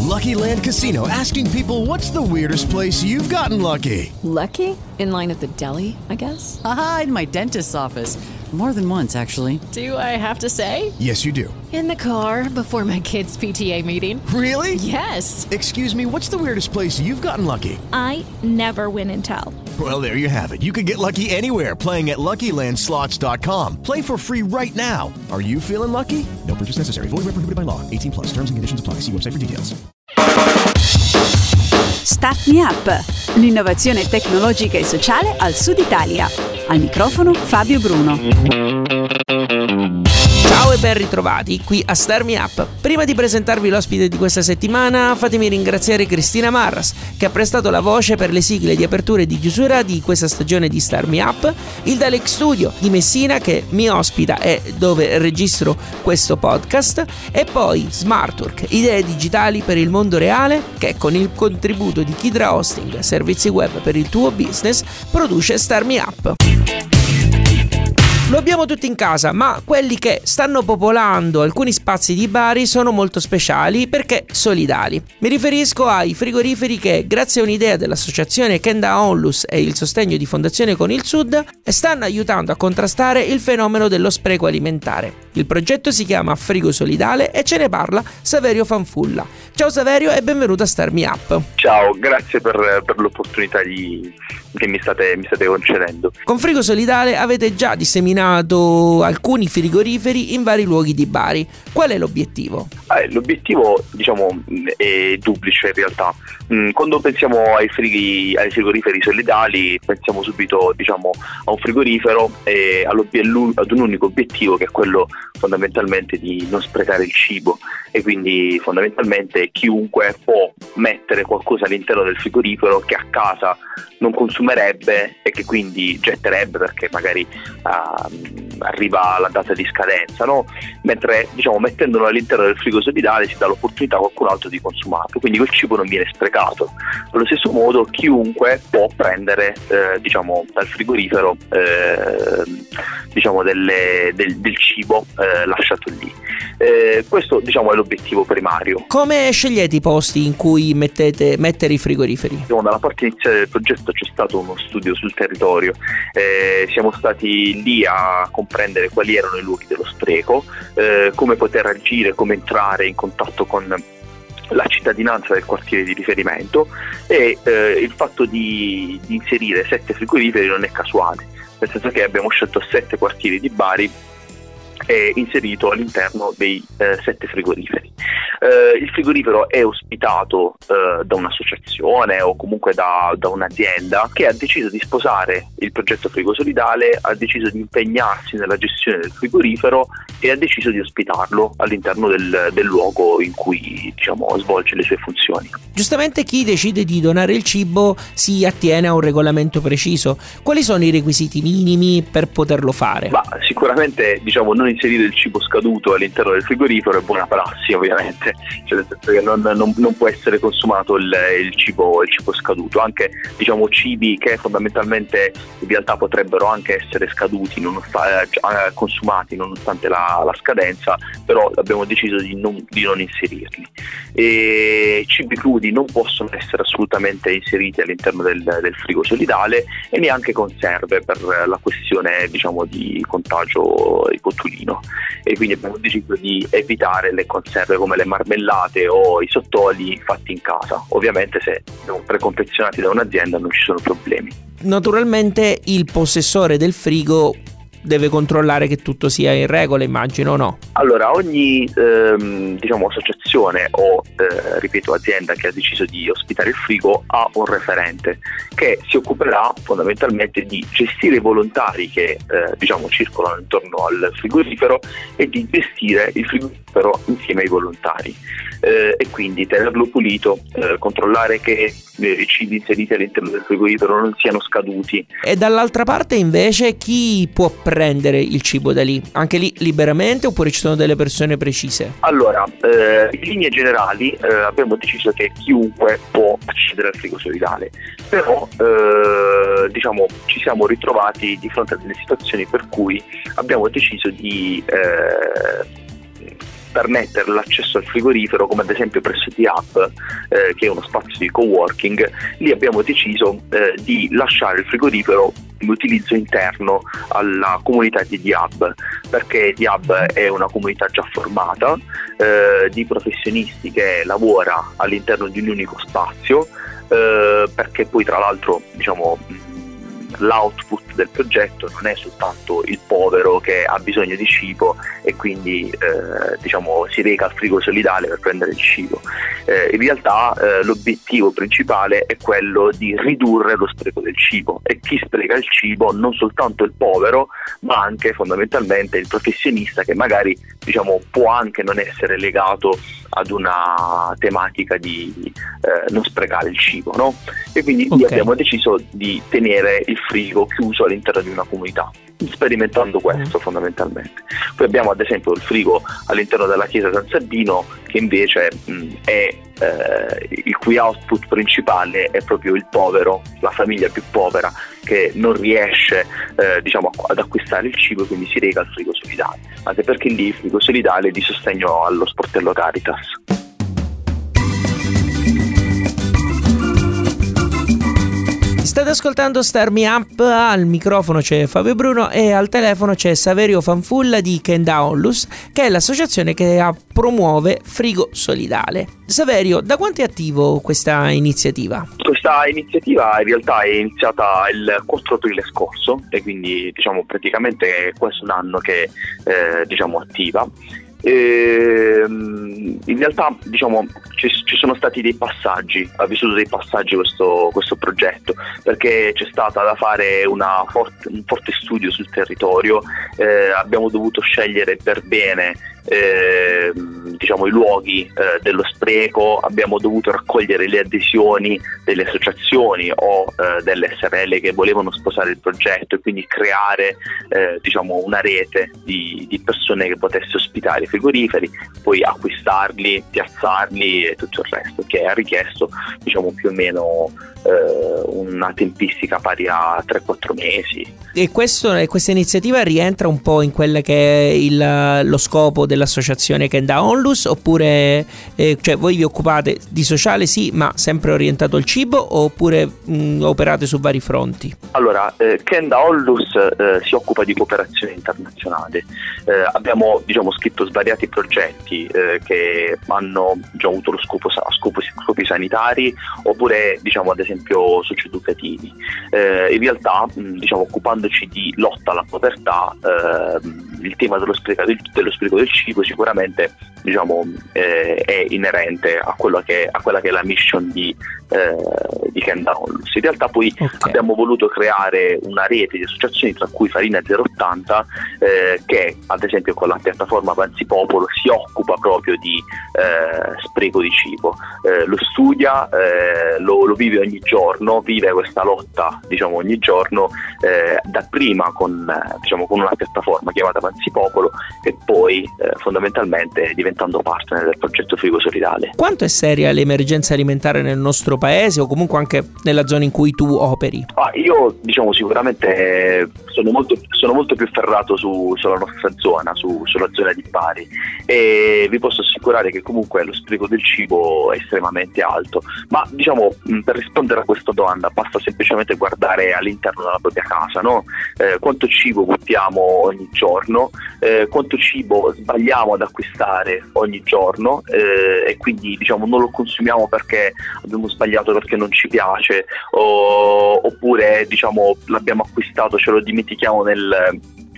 Lucky Land Casino, asking people, what's the weirdest place you've gotten lucky? Lucky? In line at the deli, I guess? Aha, in my dentist's office. More than once, actually. Do I have to say? Yes, you do. In the car before my kids' PTA meeting. Really? Yes. Excuse me, what's the weirdest place you've gotten lucky? I never win and tell. Well, there you have it. You can get lucky anywhere, playing at LuckyLandSlots.com. Play for free right now. Are you feeling lucky? No purchase necessary. Void where prohibited by law. 18 plus. Terms and conditions apply. See website for details. Start Me Up, l'innovazione tecnologica e sociale al Sud Italia. Al microfono Fabio Bruno. Ciao e ben ritrovati qui a Start Me Up. Prima di presentarvi l'ospite di questa settimana, fatemi ringraziare Cristina Marras, che ha prestato la voce per le sigle di apertura e di chiusura di questa stagione di Start Me Up, il Dalek Studio di Messina, che mi ospita e dove registro questo podcast, e poi Smartwork, idee digitali per il mondo reale, che con il contributo di Kidra Hosting, servizi web per il tuo business, produce Start Me Up. Lo abbiamo tutti in casa, ma quelli che stanno popolando alcuni spazi di Bari sono molto speciali perché solidali. Mi riferisco ai frigoriferi che, grazie a un'idea dell'associazione Kenda Onlus e il sostegno di Fondazione Con il Sud, stanno aiutando a contrastare il fenomeno dello spreco alimentare. Il progetto si chiama Frigo Solidale e ce ne parla Saverio Fanfulla. Ciao Saverio e benvenuto a Start Me Up. Ciao, grazie per l'opportunità che mi state concedendo. Con Frigo Solidale avete già disseminato alcuni frigoriferi in vari luoghi di Bari. Qual è l'obiettivo? L'obiettivo, è duplice in realtà. Quando pensiamo ai frigoriferi solidali, pensiamo subito, a un frigorifero e ad un unico obiettivo, che è quello fondamentalmente di non sprecare il cibo, e quindi fondamentalmente chiunque può mettere qualcosa all'interno del frigorifero che a casa non consumerebbe e che quindi getterebbe perché magari arriva la data di scadenza, no? Mentre mettendolo all'interno del frigo solidale si dà l'opportunità a qualcun altro di consumarlo, quindi quel cibo non viene sprecato. Allo stesso modo chiunque può prendere dal frigorifero del cibo lasciato lì. Questo è l'obiettivo primario. Come scegliete i posti in cui mettere i frigoriferi? Dalla parte iniziale del progetto c'è stato uno studio sul territorio, siamo stati lì a comprendere quali erano i luoghi dello spreco, come poter agire, come entrare in contatto con la cittadinanza del quartiere di riferimento, e il fatto di inserire 7 frigoriferi non è casuale, nel senso che abbiamo scelto 7 quartieri di Bari è inserito all'interno dei 7 frigoriferi. Il frigorifero è ospitato da un'associazione o comunque da un'azienda che ha deciso di sposare il progetto Frigo Solidale, ha deciso di impegnarsi nella gestione del frigorifero e ha deciso di ospitarlo all'interno del luogo in cui svolge le sue funzioni. Giustamente chi decide di donare il cibo si attiene a un regolamento preciso. Quali sono i requisiti minimi per poterlo fare? Sicuramente non inserire il cibo scaduto all'interno del frigorifero è buona prassi, ovviamente, nel senso che non può essere consumato il cibo scaduto, anche cibi che fondamentalmente in realtà potrebbero anche essere scaduti, consumati nonostante la scadenza, però abbiamo deciso di non inserirli. E cibi crudi non possono essere assolutamente inseriti all'interno del frigo solidale, e neanche conserve per la questione di contagio botulino, e quindi abbiamo deciso di evitare le conserve come le marmellate o i sottoli fatti in casa. Ovviamente se sono preconfezionati da un'azienda non ci sono problemi. Naturalmente il possessore del frigo deve controllare che tutto sia in regola, immagino, no? Allora, ogni associazione o azienda che ha deciso di ospitare il frigo ha un referente che si occuperà fondamentalmente di gestire i volontari che circolano intorno al frigorifero e di gestire il frigorifero insieme ai volontari, e quindi tenerlo pulito, controllare che i cibi inseriti all'interno del frigorifero non siano scaduti. E dall'altra parte invece chi può prendere il cibo da lì? Anche lì liberamente oppure ci sono delle persone precise? Allora, in linee generali abbiamo deciso che chiunque può accedere al frigo solidale, però ci siamo ritrovati di fronte a delle situazioni per cui abbiamo deciso di permettere l'accesso al frigorifero, come ad esempio presso D-Hub, che è uno spazio di coworking. Lì abbiamo deciso di lasciare il frigorifero in utilizzo interno alla comunità di D-Hub, perché D-Hub è una comunità già formata di professionisti che lavora all'interno di un unico spazio, perché poi tra l'altro l'output del progetto non è soltanto il povero che ha bisogno di cibo e quindi si reca al frigo solidale per prendere il cibo. In realtà l'obiettivo principale è quello di ridurre lo spreco del cibo, e chi spreca il cibo non soltanto il povero, ma anche fondamentalmente il professionista, che magari può anche non essere legato ad una tematica di non sprecare il cibo, no? E quindi lì abbiamo deciso di tenere il frigo chiuso all'interno di una comunità, sperimentando questo fondamentalmente. Poi abbiamo ad esempio il frigo all'interno della chiesa San Sabino, che invece è il cui output principale è proprio il povero, la famiglia più povera che non riesce ad acquistare il cibo, e quindi si reca al frigo solidale, anche perché lì il frigo solidale è di sostegno allo sportello Caritas. State ascoltando Start Me Up, al microfono c'è Fabio Bruno e al telefono c'è Saverio Fanfulla di Kenda Onlus, che è l'associazione che promuove Frigo Solidale. Saverio, da quanto è attivo questa iniziativa? Questa iniziativa in realtà è iniziata il 4 aprile scorso, e quindi praticamente è quasi un anno che attiva. In realtà ci sono stati dei passaggi, ha vissuto dei passaggi questo progetto, perché c'è stata da fare un forte studio sul territorio, abbiamo dovuto scegliere per bene i luoghi dello spreco, abbiamo dovuto raccogliere le adesioni delle associazioni o delle SRL che volevano sposare il progetto, e quindi creare una rete di persone che potesse ospitare i frigoriferi, poi acquistarli, piazzarli e tutto il resto, che ha richiesto più o meno una tempistica pari a 3-4 mesi. E questa iniziativa rientra un po' in quella che è lo scopo dell'associazione Kenda Onlus, oppure voi vi occupate di sociale, sì, ma sempre orientato al cibo, oppure operate su vari fronti? Allora, Kenda Onlus si occupa di cooperazione internazionale. Abbiamo scritto svariati progetti che hanno già avuto lo scopi sanitari, oppure ad esempio socioeducativi. In realtà occupandoci di lotta alla povertà, il tema dello spreco del cibo sicuramente è inerente a quella che è la mission di Kenda Onlus. In realtà poi abbiamo voluto creare una rete di associazioni, tra cui Farina 080, che ad esempio con la piattaforma Avanzi Popolo si occupa proprio di spreco di cibo, lo studia, lo vive ogni giorno, vive questa lotta ogni giorno, dapprima con una piattaforma chiamata Avanzi Popolo, e poi fondamentalmente diventando partner del progetto Frigo Solidale. Quanto è seria l'emergenza alimentare nel nostro paese, o comunque anche nella zona in cui tu operi? Io sicuramente sono molto più ferrato sulla nostra zona, sulla zona di Bari, e vi posso assicurare che comunque lo spreco del cibo è estremamente alto, ma per rispondere a questa domanda basta semplicemente guardare all'interno della propria casa, no? Quanto cibo buttiamo ogni giorno, quanto cibo sbagliamo ad acquistare ogni giorno, e quindi non lo consumiamo perché abbiamo sbagliato, perché non ci piace, oppure l'abbiamo acquistato, ce lo dimentichiamo nella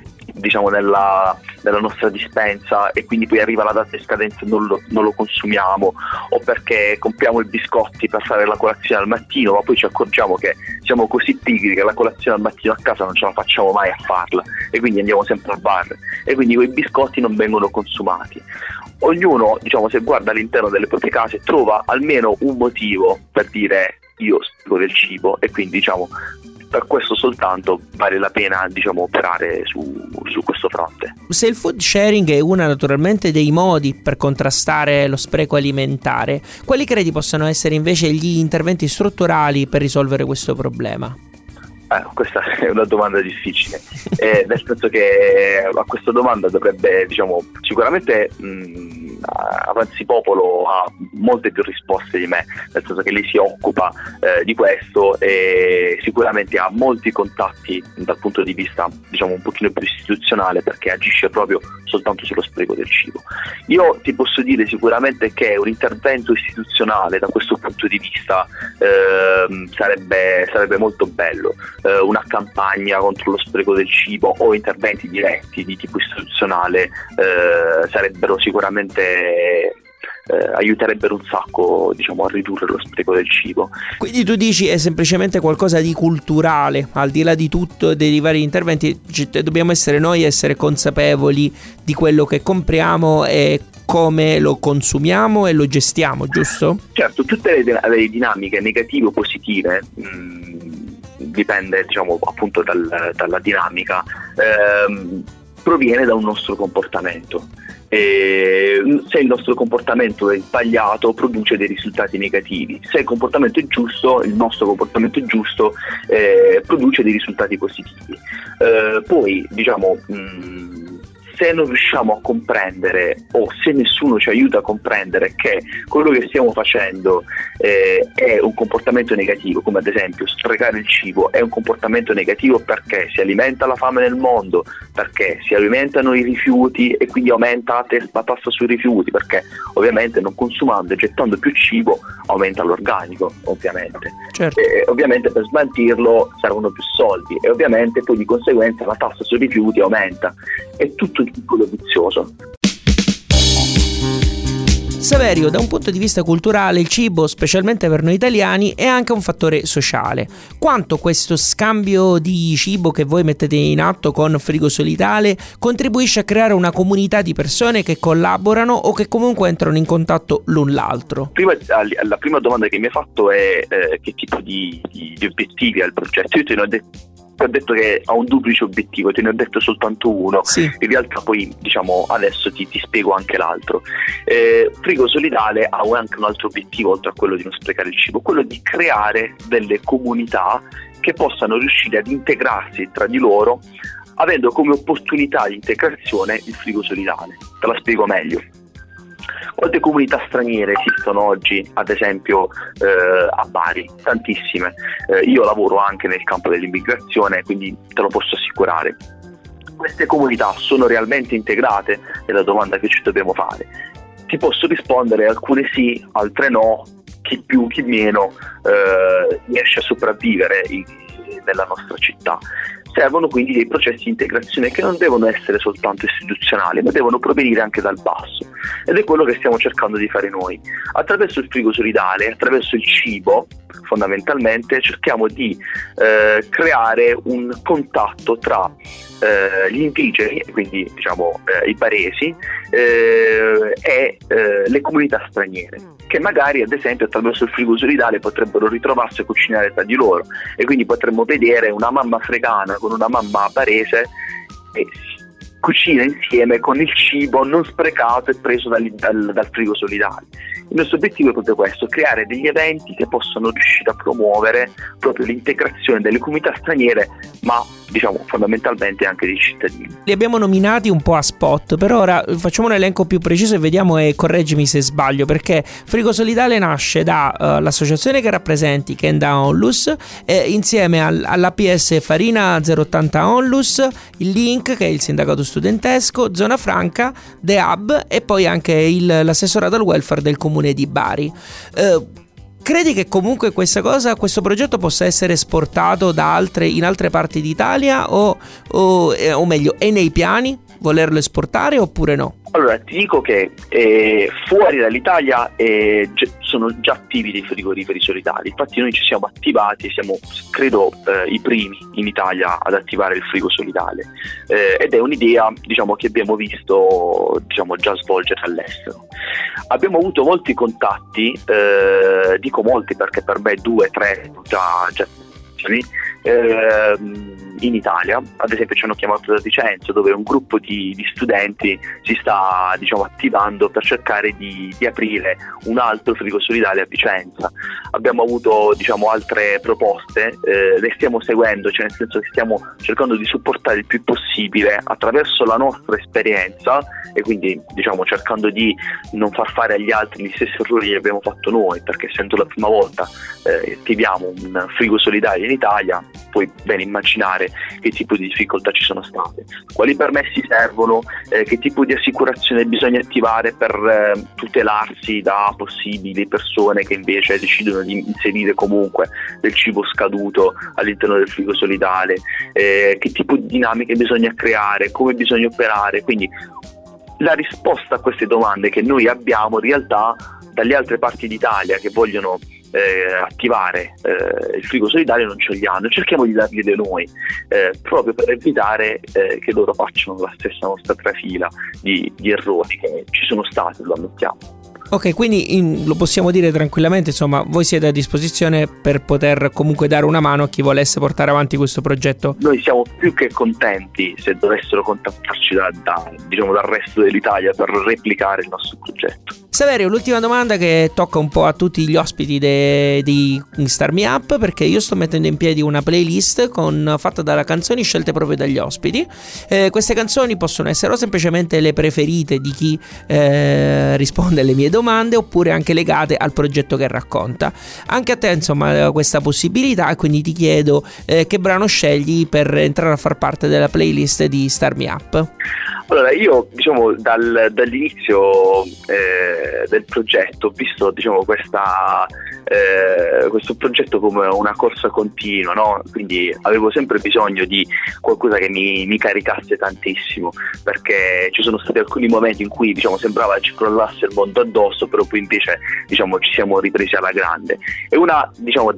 nostra dispensa, e quindi poi arriva la data di scadenza e non lo consumiamo, o perché compriamo i biscotti per fare la colazione al mattino, ma poi ci accorgiamo che siamo così pigri che la colazione al mattino a casa non ce la facciamo mai a farla, e quindi andiamo sempre al bar, e quindi quei biscotti non vengono consumati. Ognuno, se guarda all'interno delle proprie case, trova almeno un motivo per dire io spreco del cibo, e quindi per questo soltanto vale la pena operare su questo fronte. Se il food sharing è uno naturalmente dei modi per contrastare lo spreco alimentare, quali credi possano essere invece gli interventi strutturali per risolvere questo problema? Questa è una domanda difficile, nel senso che a questa domanda dovrebbe, diciamo, sicuramente Avanzi Popolo ha molte più risposte di me, nel senso che lei si occupa di questo e sicuramente ha molti contatti dal punto di vista, diciamo, un pochino più istituzionale, perché agisce proprio soltanto sullo spreco del cibo. Io ti posso dire sicuramente che un intervento istituzionale da questo punto di vista sarebbe molto bello. Una campagna contro lo spreco del cibo o interventi diretti di tipo istituzionale sarebbero sicuramente aiuterebbero un sacco, diciamo, a ridurre lo spreco del cibo. Quindi tu dici è semplicemente qualcosa di culturale, al di là di tutto, dei vari interventi, dobbiamo essere noi essere consapevoli di quello che compriamo e come lo consumiamo e lo gestiamo, giusto? Certo, tutte le dinamiche negative o positive dipende, diciamo, appunto dalla dinamica, proviene da un nostro comportamento. Se il nostro comportamento è sbagliato, produce dei risultati negativi. Se il comportamento è giusto, il nostro comportamento è giusto, produce dei risultati positivi. Poi, diciamo, se non riusciamo a comprendere, o se nessuno ci aiuta a comprendere che quello che stiamo facendo è un comportamento negativo, come ad esempio sprecare il cibo è un comportamento negativo perché si alimenta la fame nel mondo, perché si alimentano i rifiuti e quindi aumenta la tassa sui rifiuti, perché ovviamente non consumando e gettando più cibo aumenta l'organico, ovviamente. Certo. Ovviamente per smaltirlo servono più soldi e ovviamente poi di conseguenza la tassa sui rifiuti aumenta. È tutto un piccolo vizioso. Saverio, da un punto di vista culturale il cibo, specialmente per noi italiani, è anche un fattore sociale. Quanto questo scambio di cibo che voi mettete in atto con Frigo Solidale contribuisce a creare una comunità di persone che collaborano o che comunque entrano in contatto l'un l'altro? La prima domanda che mi hai fatto è che tipo di obiettivi ha il progetto. Io te ne ho detto che ha un duplice obiettivo, te ne ho detto soltanto uno. Sì. In realtà poi, diciamo, adesso ti spiego anche l'altro. Frigo Solidale ha anche un altro obiettivo oltre a quello di non sprecare il cibo, quello di creare delle comunità che possano riuscire ad integrarsi tra di loro, avendo come opportunità di integrazione il Frigo Solidale. Te la spiego meglio. Quante comunità straniere esistono oggi, ad esempio a Bari? Tantissime. Io lavoro anche nel campo dell'immigrazione, quindi te lo posso assicurare. Queste comunità sono realmente integrate? È la domanda che ci dobbiamo fare. Ti posso rispondere, alcune sì, altre no, chi più, chi meno riesce a sopravvivere nella nostra città. Servono quindi dei processi di integrazione che non devono essere soltanto istituzionali, ma devono provenire anche dal basso. Ed è quello che stiamo cercando di fare noi. Attraverso il Frigo Solidale, attraverso il cibo, fondamentalmente, cerchiamo di creare un contatto tra gli indigeni, quindi diciamo i baresi, e le comunità straniere, che magari ad esempio attraverso il Frigo Solidale potrebbero ritrovarsi a cucinare tra di loro, e quindi potremmo vedere una mamma africana con una mamma barese e cucina insieme con il cibo non sprecato e preso dal Frigo Solidale. Il nostro obiettivo è proprio questo: creare degli eventi che possano riuscire a promuovere proprio l'integrazione delle comunità straniere, ma diciamo fondamentalmente anche dei cittadini. Li abbiamo nominati un po' a spot, però ora facciamo un elenco più preciso e vediamo, e correggimi se sbaglio, perché Frigo Solidale nasce da l'associazione che rappresenti, che è da Onlus, insieme all'APS Farina 080 Onlus, il Link che è il sindacato studentesco, Zona Franca, The Hub e poi anche l'assessorato al welfare del comune di Bari. Credi che comunque questo progetto possa essere esportato in altre parti d'Italia o meglio, è nei piani volerlo esportare oppure no? Allora, ti dico che fuori dall'Italia sono già attivi dei frigoriferi solidali. Infatti noi ci siamo attivati, siamo credo i primi in Italia ad attivare il frigo solidale, ed è un'idea, diciamo, che abbiamo visto, diciamo, già svolgere all'estero. Abbiamo avuto molti contatti, dico molti perché per me 2-3 già in Italia. Ad esempio ci hanno chiamato da Vicenza, dove un gruppo di studenti si sta attivando per cercare di aprire un altro frigo solidale a Vicenza. Abbiamo avuto altre proposte, le stiamo seguendo, cioè nel senso che stiamo cercando di supportare il più possibile attraverso la nostra esperienza, e quindi cercando di non far fare agli altri gli stessi errori che abbiamo fatto noi, perché essendo la prima volta attiviamo un frigo solidale in Italia, puoi bene immaginare che tipo di difficoltà ci sono state, quali permessi servono, che tipo di assicurazione bisogna attivare per tutelarsi da possibili persone che invece decidono di inserire comunque del cibo scaduto all'interno del frigo solidale, che tipo di dinamiche bisogna creare, come bisogna operare. Quindi la risposta a queste domande che noi abbiamo in realtà dalle altre parti d'Italia che vogliono attivare il frigo solidale non ce li hanno, cerchiamo di darli da noi, proprio per evitare che loro facciano la stessa nostra trafila di errori che ci sono stati, lo ammettiamo. Ok, quindi lo possiamo dire tranquillamente, insomma, voi siete a disposizione per poter comunque dare una mano a chi volesse portare avanti questo progetto. Noi siamo più che contenti se dovessero contattarci dal resto dell'Italia per replicare il nostro progetto. Saverio, l'ultima domanda che tocca un po' a tutti gli ospiti di Start Me Up, perché io sto mettendo in piedi una playlist fatta dalle canzoni scelte proprio dagli ospiti. Queste canzoni possono essere o semplicemente le preferite di chi risponde alle mie domande, oppure anche legate al progetto che racconta. Anche a te insomma questa possibilità, e quindi ti chiedo che brano scegli per entrare a far parte della playlist di Start Me Up. Allora, io dall'inizio del progetto ho visto questo progetto come una corsa continua, no? Quindi avevo sempre bisogno di qualcosa che mi caricasse tantissimo, perché ci sono stati alcuni momenti in cui sembrava ci crollasse il mondo addosso, però poi invece ci siamo ripresi alla grande. E una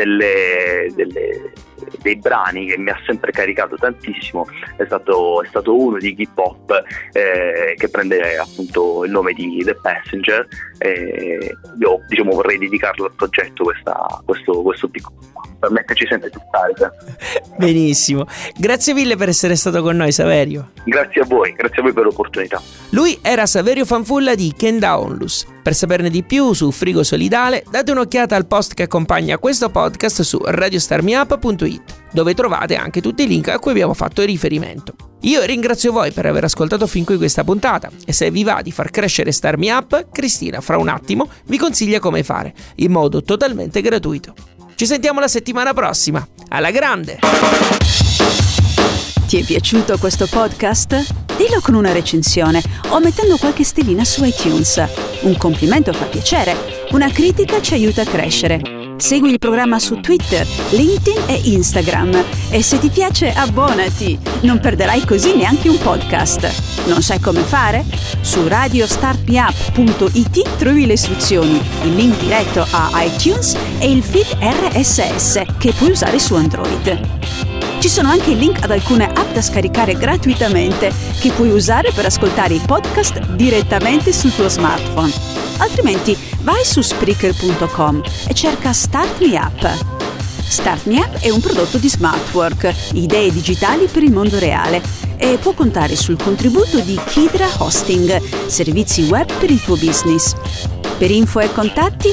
dei brani che mi ha sempre caricato tantissimo è stato uno di Iggy Pop, che prende appunto il nome di The Passenger. Io vorrei dedicarlo al progetto questo piccolo, per metterci sempre più carica. Benissimo, grazie mille per essere stato con noi, Saverio. Grazie a voi per l'opportunità. Lui era Saverio Fanfulla di Kenda Onlus. Per saperne di più su Frigo Solidale, date un'occhiata al post che accompagna questo podcast su radiostarmiup.it, dove trovate anche tutti i link a cui abbiamo fatto riferimento. Io ringrazio voi per aver ascoltato fin qui questa puntata, e se vi va di far crescere Start Me Up, Cristina fra un attimo vi consiglia come fare, in modo totalmente gratuito. Ci sentiamo la settimana prossima, alla grande! Ti è piaciuto questo podcast? Dillo con una recensione o mettendo qualche stellina su iTunes. Un complimento fa piacere, una critica ci aiuta a crescere. Segui il programma su Twitter, LinkedIn e Instagram. E se ti piace, abbonati. Non perderai così neanche un podcast. Non sai come fare? Su radiostartmeup.it trovi le istruzioni, il link diretto a iTunes e il feed RSS che puoi usare su Android. Ci sono anche i link ad alcune app da scaricare gratuitamente che puoi usare per ascoltare i podcast direttamente sul tuo smartphone. Altrimenti vai su Spreaker.com e cerca Start Me Up. Start Me Up è un prodotto di Smartwork, idee digitali per il mondo reale, e può contare sul contributo di Kidra Hosting, servizi web per il tuo business. Per info e contatti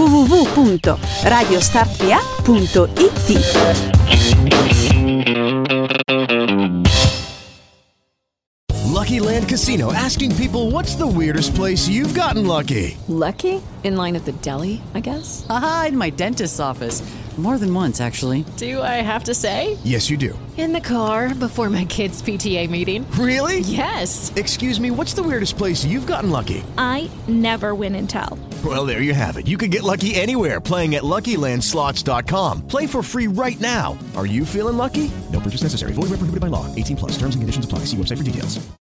www.radiostartmeup.it. Lucky Land Casino, asking people, what's the weirdest place you've gotten lucky? Lucky? In line at the deli, I guess? Aha, in my dentist's office. More than once, actually. Do I have to say? Yes, you do. In the car before my kids' PTA meeting. Really? Yes. Excuse me, what's the weirdest place you've gotten lucky? I never win and tell. Well, there you have it. You can get lucky anywhere, playing at LuckyLandSlots.com. Play for free right now. Are you feeling lucky? No purchase necessary. Void where prohibited by law. 18+. Terms and conditions apply. See website for details.